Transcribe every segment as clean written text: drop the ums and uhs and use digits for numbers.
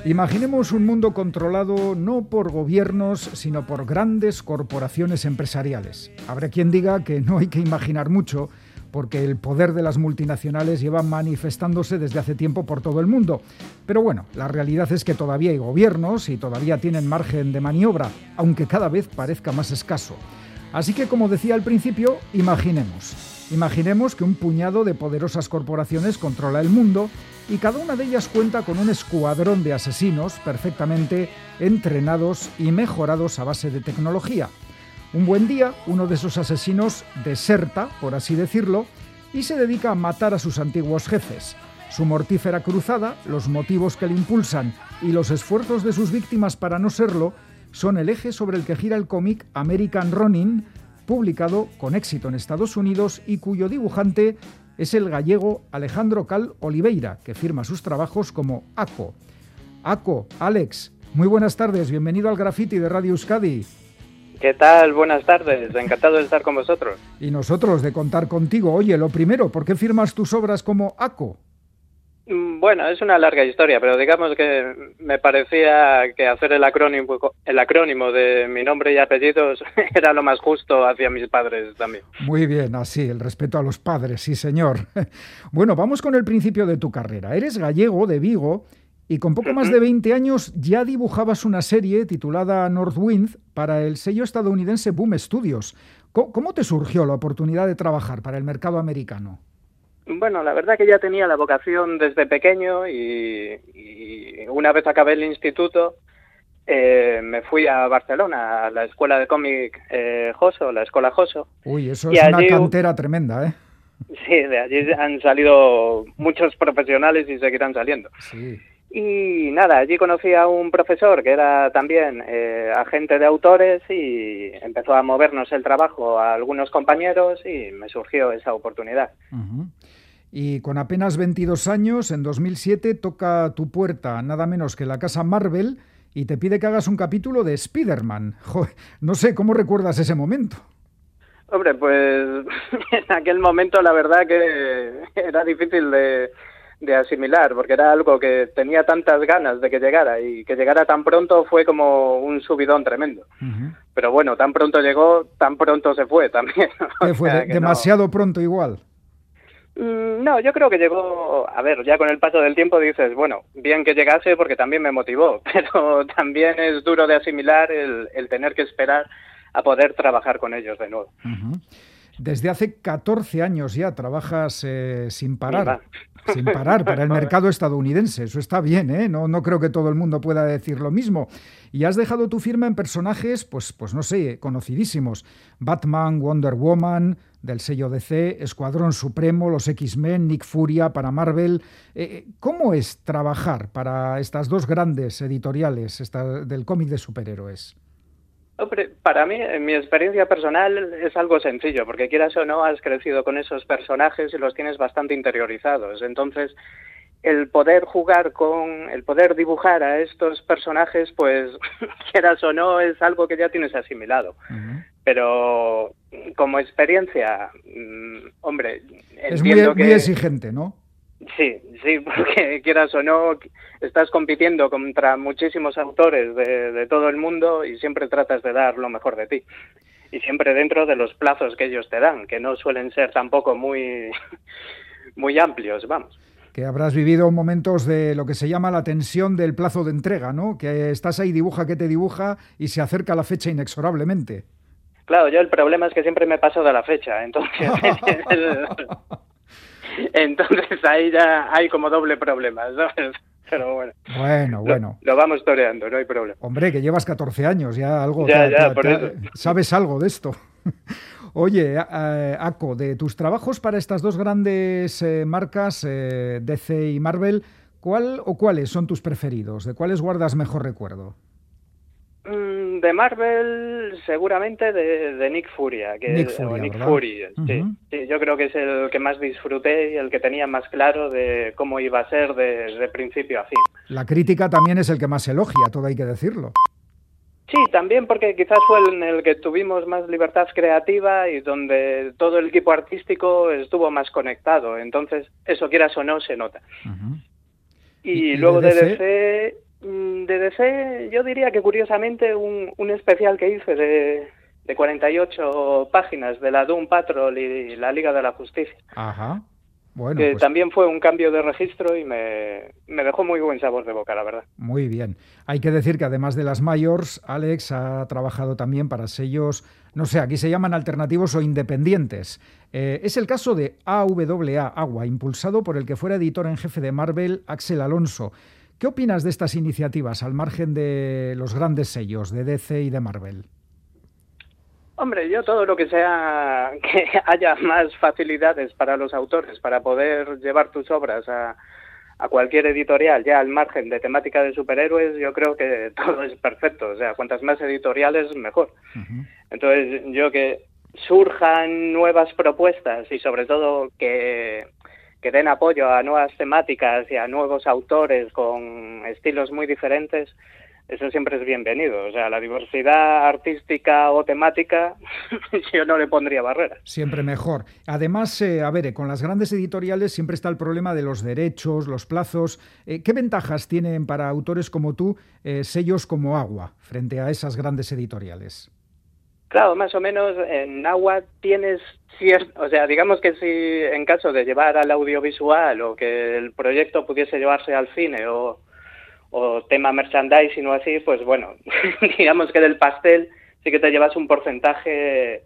Imaginemos un mundo controlado no por gobiernos, sino por grandes corporaciones empresariales. Habrá quien diga que no hay que imaginar mucho, porque el poder de las multinacionales lleva manifestándose desde hace tiempo por todo el mundo. Pero bueno, la realidad es que todavía hay gobiernos y todavía tienen margen de maniobra, aunque cada vez parezca más escaso. Así que, como decía al principio, imaginemos que un puñado de poderosas corporaciones controla el mundo y cada una de ellas cuenta con un escuadrón de asesinos perfectamente entrenados y mejorados a base de tecnología. Un buen día, uno de esos asesinos deserta, por así decirlo, y se dedica a matar a sus antiguos jefes. Su mortífera cruzada, los motivos que le impulsan y los esfuerzos de sus víctimas para no serlo son el eje sobre el que gira el cómic American Ronin, publicado con éxito en Estados Unidos y cuyo dibujante es el gallego Alejandro Cal Oliveira, que firma sus trabajos como Ako. Ako, Alex, muy buenas tardes, bienvenido al Graffiti de Radio Euskadi. ¿Qué tal? Buenas tardes, encantado de estar con vosotros. Y nosotros de contar contigo. Oye, lo primero, ¿por qué firmas tus obras como Ako? Bueno, es una larga historia, pero digamos que me parecía que hacer el acrónimo de mi nombre y apellidos era lo más justo hacia mis padres también. Muy bien, así, el respeto a los padres, sí señor. Bueno, vamos con el principio de tu carrera. Eres gallego de Vigo y con poco más de 20 años ya dibujabas una serie titulada Northwind para el sello estadounidense Boom Studios. ¿Cómo te surgió la oportunidad de trabajar para el mercado americano? Bueno, la verdad que ya tenía la vocación desde pequeño y una vez acabé el instituto me fui a Barcelona, a la escuela de cómic Joso, la escuela Joso. Uy, eso es allí, una cantera tremenda, ¿eh? Sí, de allí han salido muchos profesionales y seguirán saliendo. Sí. Y nada, allí conocí a un profesor que era también agente de autores y empezó a movernos el trabajo a algunos compañeros y me surgió esa oportunidad. Uh-huh. Y con apenas 22 años, en 2007, toca tu puerta nada menos que la casa Marvel y te pide que hagas un capítulo de Spider-Man. Joder, no sé, ¿cómo recuerdas ese momento? Hombre, pues en aquel momento la verdad que era difícil de asimilar, porque era algo que tenía tantas ganas de que llegara y que llegara tan pronto fue como un subidón tremendo. Uh-huh. Pero bueno, tan pronto llegó, tan pronto se fue también. ¿Qué fue? ¿Demasiado pronto igual? No, yo creo que llegó, a ver, ya con el paso del tiempo dices, bueno, bien que llegase porque también me motivó, pero también es duro de asimilar el tener que esperar a poder trabajar con ellos de nuevo. Uh-huh. Desde hace 14 años ya trabajas sin parar para el mercado estadounidense. Eso está bien, ¿eh? No creo que todo el mundo pueda decir lo mismo. Y has dejado tu firma en personajes, pues no sé, conocidísimos. Batman, Wonder Woman, del sello DC, Escuadrón Supremo, los X-Men, Nick Furia para Marvel. ¿Cómo es trabajar para estas dos grandes editoriales del cómic de superhéroes? Hombre, para mí, en mi experiencia personal, es algo sencillo, porque quieras o no, has crecido con esos personajes y los tienes bastante interiorizados. Entonces, el poder el poder dibujar a estos personajes, pues, quieras o no, es algo que ya tienes asimilado. Uh-huh. Pero, como experiencia, hombre, es muy exigente, ¿no? Sí, porque quieras o no, estás compitiendo contra muchísimos autores de todo el mundo y siempre tratas de dar lo mejor de ti. Y siempre dentro de los plazos que ellos te dan, que no suelen ser tampoco muy amplios, vamos. Que habrás vivido momentos de lo que se llama la tensión del plazo de entrega, ¿no? Que estás ahí, dibuja que te dibuja y se acerca la fecha inexorablemente. Claro, yo el problema es que siempre me paso de la fecha, entonces... Entonces ahí ya hay como doble problema, ¿sabes? Pero bueno. Lo vamos toreando, no hay problema. Hombre, que llevas 14 años, ya algo... por eso. ¿Sabes algo de esto? Oye, Ako, de tus trabajos para estas dos grandes marcas, DC y Marvel, ¿cuál o cuáles son tus preferidos? ¿De cuáles guardas mejor recuerdo? De Marvel, seguramente de Nick Furia. Nick Fury, sí. Uh-huh. Sí, yo creo que es el que más disfruté y el que tenía más claro de cómo iba a ser de principio a fin. La crítica también es el que más elogia, todo hay que decirlo. Sí, también porque quizás fue en el que tuvimos más libertad creativa y donde todo el equipo artístico estuvo más conectado. Entonces, eso quieras o no, se nota. Uh-huh. Y luego de DC, De DC, yo diría que curiosamente un especial que hice de 48 páginas de la Doom Patrol y la Liga de la Justicia. Ajá. Bueno, Que pues también fue un cambio de registro y me dejó muy buen sabor de boca, la verdad. muy bien. Hay que decir que además de las Mayors, Alex ha trabajado también para sellos, no sé, aquí se llaman alternativos o independientes. Es el caso de AWA, Agua, impulsado por el que fuera editor en jefe de Marvel, Axel Alonso. ¿Qué opinas de estas iniciativas al margen de los grandes sellos de DC y de Marvel? Hombre, yo todo lo que sea que haya más facilidades para los autores para poder llevar tus obras a cualquier editorial, ya al margen de temática de superhéroes, yo creo que todo es perfecto. O sea, cuantas más editoriales, mejor. Uh-huh. Entonces, yo que surjan nuevas propuestas y sobre todo que den apoyo a nuevas temáticas y a nuevos autores con estilos muy diferentes, eso siempre es bienvenido. O sea, la diversidad artística o temática, yo no le pondría barreras. Siempre mejor. Además, a ver, con las grandes editoriales siempre está el problema de los derechos, los plazos. ¿Qué ventajas tienen para autores como tú sellos como Agua frente a esas grandes editoriales? Claro, más o menos en Agua tienes cierto, o sea, digamos que si en caso de llevar al audiovisual o que el proyecto pudiese llevarse al cine o tema merchandising o así, pues bueno, digamos que del pastel sí que te llevas un porcentaje,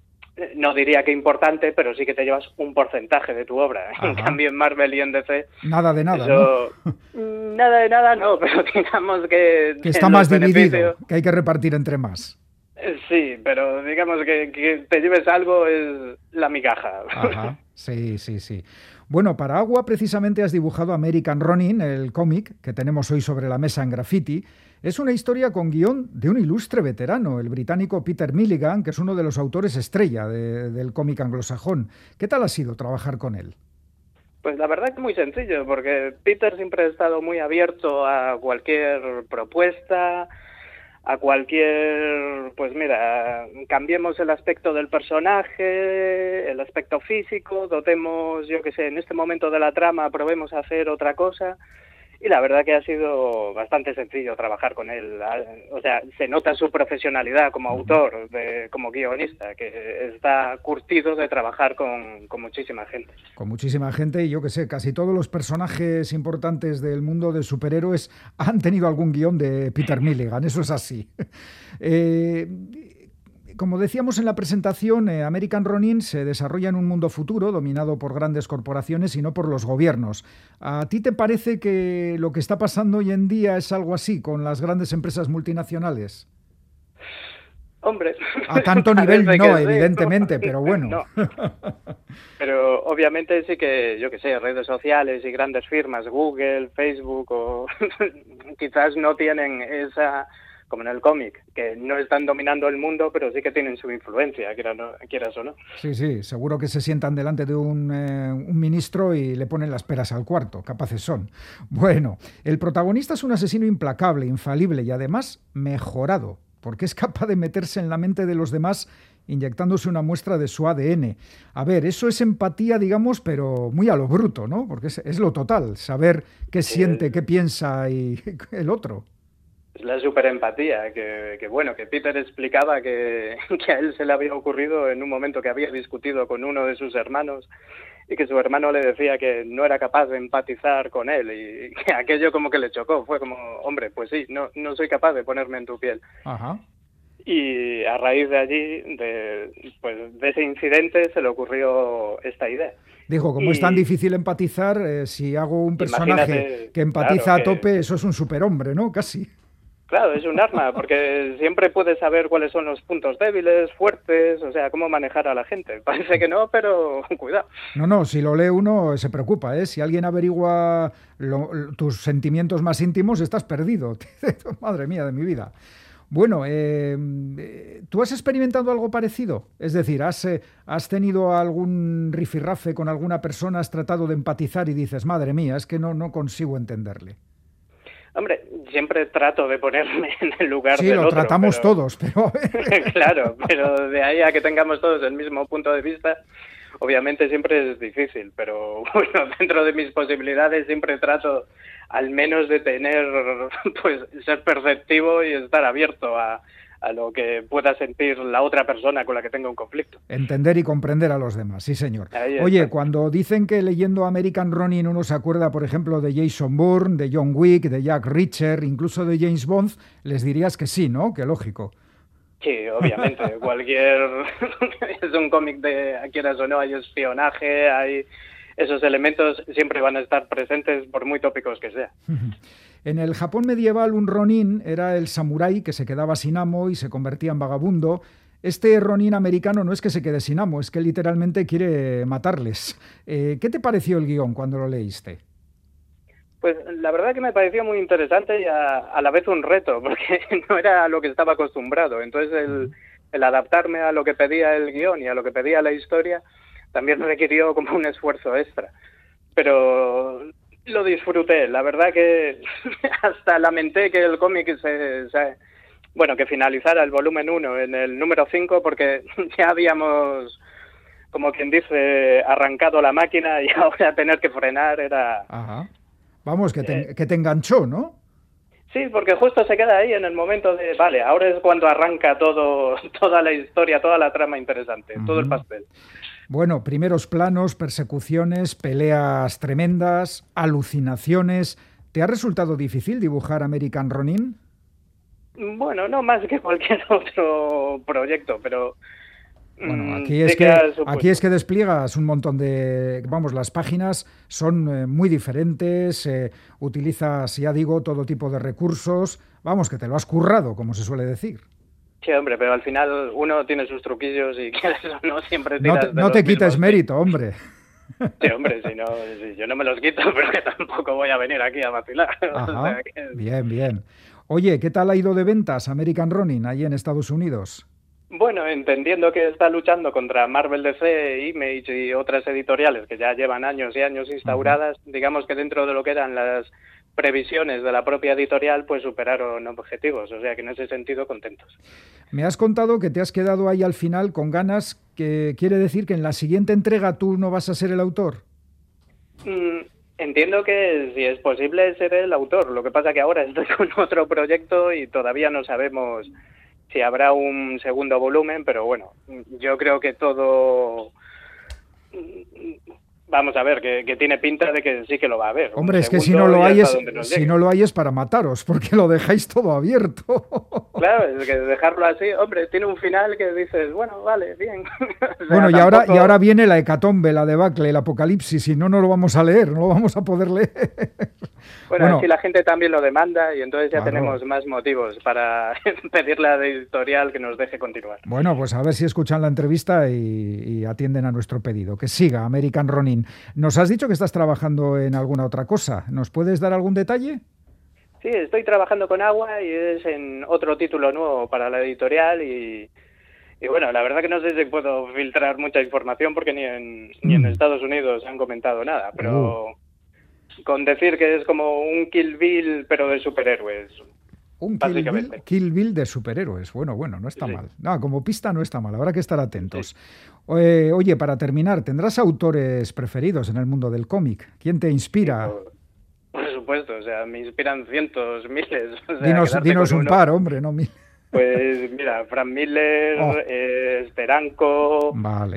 no diría que importante, pero sí que te llevas un porcentaje de tu obra. Ajá. En cambio en Marvel y en DC... Nada de nada, eso, ¿no? Nada de nada, no, pero digamos que está más dividido, que hay que repartir entre más. Sí, pero digamos que te lleves algo es la migaja. Ajá, sí, sí, sí. Bueno, para Agua precisamente has dibujado American Ronin, el cómic que tenemos hoy sobre la mesa en Graffiti. Es una historia con guión de un ilustre veterano, el británico Peter Milligan, que es uno de los autores estrella del cómic anglosajón. ¿Qué tal ha sido trabajar con él? Pues la verdad que muy sencillo, porque Peter siempre ha estado muy abierto a cualquier propuesta, a cualquier, pues mira, cambiemos el aspecto del personaje, el aspecto físico, dotemos, yo que sé, en este momento de la trama probemos a hacer otra cosa, y la verdad que ha sido bastante sencillo trabajar con él. O sea, se nota su profesionalidad como autor, como guionista, que está curtido de trabajar con muchísima gente. Con muchísima gente, y yo que sé, casi todos los personajes importantes del mundo de superhéroes han tenido algún guión de Peter Milligan, eso es así. Como decíamos en la presentación, American Ronin se desarrolla en un mundo futuro dominado por grandes corporaciones y no por los gobiernos. ¿A ti te parece que lo que está pasando hoy en día es algo así con las grandes empresas multinacionales? Hombre, a tanto nivel no, evidentemente, pero bueno. No. Pero obviamente sí que, yo que sé, redes sociales y grandes firmas, Google, Facebook, o quizás no tienen esa, como en el cómic, que no están dominando el mundo, pero sí que tienen su influencia, quieras o no. Sí, sí, seguro que se sientan delante de un ministro y le ponen las peras al cuarto, capaces son. Bueno, el protagonista es un asesino implacable, infalible y además mejorado, porque es capaz de meterse en la mente de los demás inyectándose una muestra de su ADN. A ver, eso es empatía, digamos, pero muy a lo bruto, ¿no? Porque es lo total, saber qué siente, qué piensa y el otro. Es la superempatía, que bueno, que Peter explicaba que a él se le había ocurrido en un momento que había discutido con uno de sus hermanos y que su hermano le decía que no era capaz de empatizar con él y que aquello como que le chocó. Fue como, hombre, pues sí, no soy capaz de ponerme en tu piel. Ajá. Y a raíz de allí, de ese incidente, se le ocurrió esta idea. Dijo, como es tan difícil empatizar, si hago un personaje que empatiza claro, a tope, eso es un superhombre, ¿no? Casi. Claro, es un arma, porque siempre puedes saber cuáles son los puntos débiles, fuertes, o sea, cómo manejar a la gente. Parece que no, pero cuidado. No, si lo lee uno se preocupa, ¿eh? Si alguien averigua tus sentimientos más íntimos, estás perdido. Madre mía de mi vida. Bueno, ¿tú has experimentado algo parecido? Es decir, ¿has tenido algún rifirrafe con alguna persona, has tratado de empatizar y dices, madre mía, es que no consigo entenderle? Hombre, siempre trato de ponerme en el lugar del otro. Sí, lo tratamos todos, pero... Claro, pero de ahí a que tengamos todos el mismo punto de vista, obviamente siempre es difícil, pero bueno, dentro de mis posibilidades siempre trato, al menos de tener, pues, ser perceptivo y estar abierto a lo que pueda sentir la otra persona con la que tenga un conflicto. Entender y comprender a los demás, sí señor. Oye, cuando dicen que leyendo American Ronin uno se acuerda, por ejemplo, de Jason Bourne, de John Wick, de Jack Reacher, incluso de James Bond, les dirías que sí, ¿no? Que lógico. Sí, obviamente. Es un cómic de, quieras o no, hay espionaje, hay esos elementos, siempre van a estar presentes por muy tópicos que sea. En el Japón medieval, un ronin era el samurái que se quedaba sin amo y se convertía en vagabundo. Este ronin americano no es que se quede sin amo, es que literalmente quiere matarles. ¿Qué te pareció el guión cuando lo leíste? Pues la verdad que me pareció muy interesante y a la vez un reto, porque no era a lo que estaba acostumbrado. Entonces el adaptarme a lo que pedía el guión y a lo que pedía la historia también requirió como un esfuerzo extra. Pero lo disfruté. La verdad que hasta lamenté que el cómic que finalizara el volumen 1 en el número 5, porque ya habíamos, como quien dice, arrancado la máquina y ahora tener que frenar era... Ajá. Vamos, que te enganchó, ¿no? Sí, porque justo se queda ahí en el momento de, vale, ahora es cuando arranca toda la historia, toda la trama interesante, todo el pastel. Bueno, primeros planos, persecuciones, peleas tremendas, alucinaciones. ¿Te ha resultado difícil dibujar American Ronin? Bueno, no más que cualquier otro proyecto, pero... Bueno, aquí es que despliegas un montón de... Vamos, las páginas son muy diferentes, utilizas, ya digo, todo tipo de recursos. Vamos, que te lo has currado, como se suele decir. Sí, hombre, pero al final uno tiene sus truquillos y quieres o no siempre tiras no te quites mérito, hombre. Sí, hombre, si yo no me los quito, pero que tampoco voy a venir aquí a vacilar. Ajá, o sea que... Bien. Oye, ¿qué tal ha ido de ventas American Ronin allí en Estados Unidos? Bueno, entendiendo que está luchando contra Marvel DC, Image y otras editoriales que ya llevan años y años instauradas, digamos que dentro de lo que eran las previsiones de la propia editorial, pues superaron objetivos, o sea que en ese sentido contentos. Me has contado que te has quedado ahí al final con ganas, que quiere decir que en la siguiente entrega tú no vas a ser el autor. Entiendo que si es posible ser el autor, lo que pasa que ahora estoy con otro proyecto y todavía no sabemos si habrá un segundo volumen, pero bueno, yo creo que todo... Vamos a ver, que tiene pinta de que sí que lo va a haber. Hombre, es que si no lo hay es para mataros, porque lo dejáis todo abierto. Claro, es que dejarlo así, hombre, tiene un final que dices, bueno, vale, bien. O sea, bueno, y ahora viene la hecatombe, la debacle, el apocalipsis, y no lo vamos a leer, no lo vamos a poder leer. Bueno, así la gente también lo demanda y entonces ya tenemos más motivos para pedirle a la editorial que nos deje continuar. Bueno, pues a ver si escuchan la entrevista y atienden a nuestro pedido. Que siga American Ronin. Nos has dicho que estás trabajando en alguna otra cosa. ¿Nos puedes dar algún detalle? Sí, estoy trabajando con Agua y es en otro título nuevo para la editorial y bueno, la verdad que no sé si puedo filtrar mucha información porque ni en Estados Unidos han comentado nada, pero con decir que es como un Kill Bill pero de superhéroes. Un Kill Bill de superhéroes. Bueno, no está mal. No, como pista no está mal, habrá que estar atentos. Sí. Oye, para terminar, ¿tendrás autores preferidos en el mundo del cómic? ¿Quién te inspira? Por supuesto, o sea, me inspiran cientos, miles. O sea, dinos un par, hombre, no mil. Pues mira, Frank Miller, Steranko,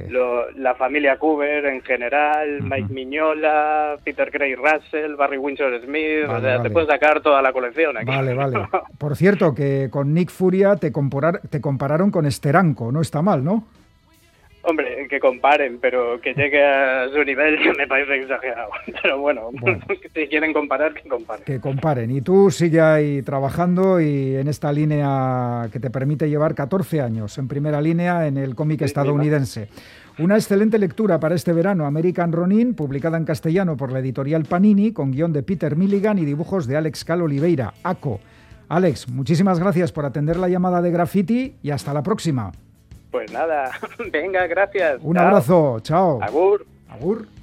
la familia Cooper en general, Mike Mignola, Peter Craig Russell, Barry Windsor Smith, te puedes sacar toda la colección aquí. Vale. Por cierto, que con Nick Furia te compararon con Steranko, no está mal, ¿no? Hombre, que comparen, pero que llegue a su nivel me parece exagerado. Pero bueno, si quieren comparar, que comparen. Que comparen. Y tú sigue ahí trabajando y en esta línea que te permite llevar 14 años en primera línea en el cómic estadounidense. Una excelente lectura para este verano, American Ronin, publicada en castellano por la editorial Panini, con guión de Peter Milligan y dibujos de Alex Cal Oliveira, ACO. Alex, muchísimas gracias por atender la llamada de Graffiti y hasta la próxima. Pues nada, venga, gracias. Un abrazo, chao. Agur. Agur.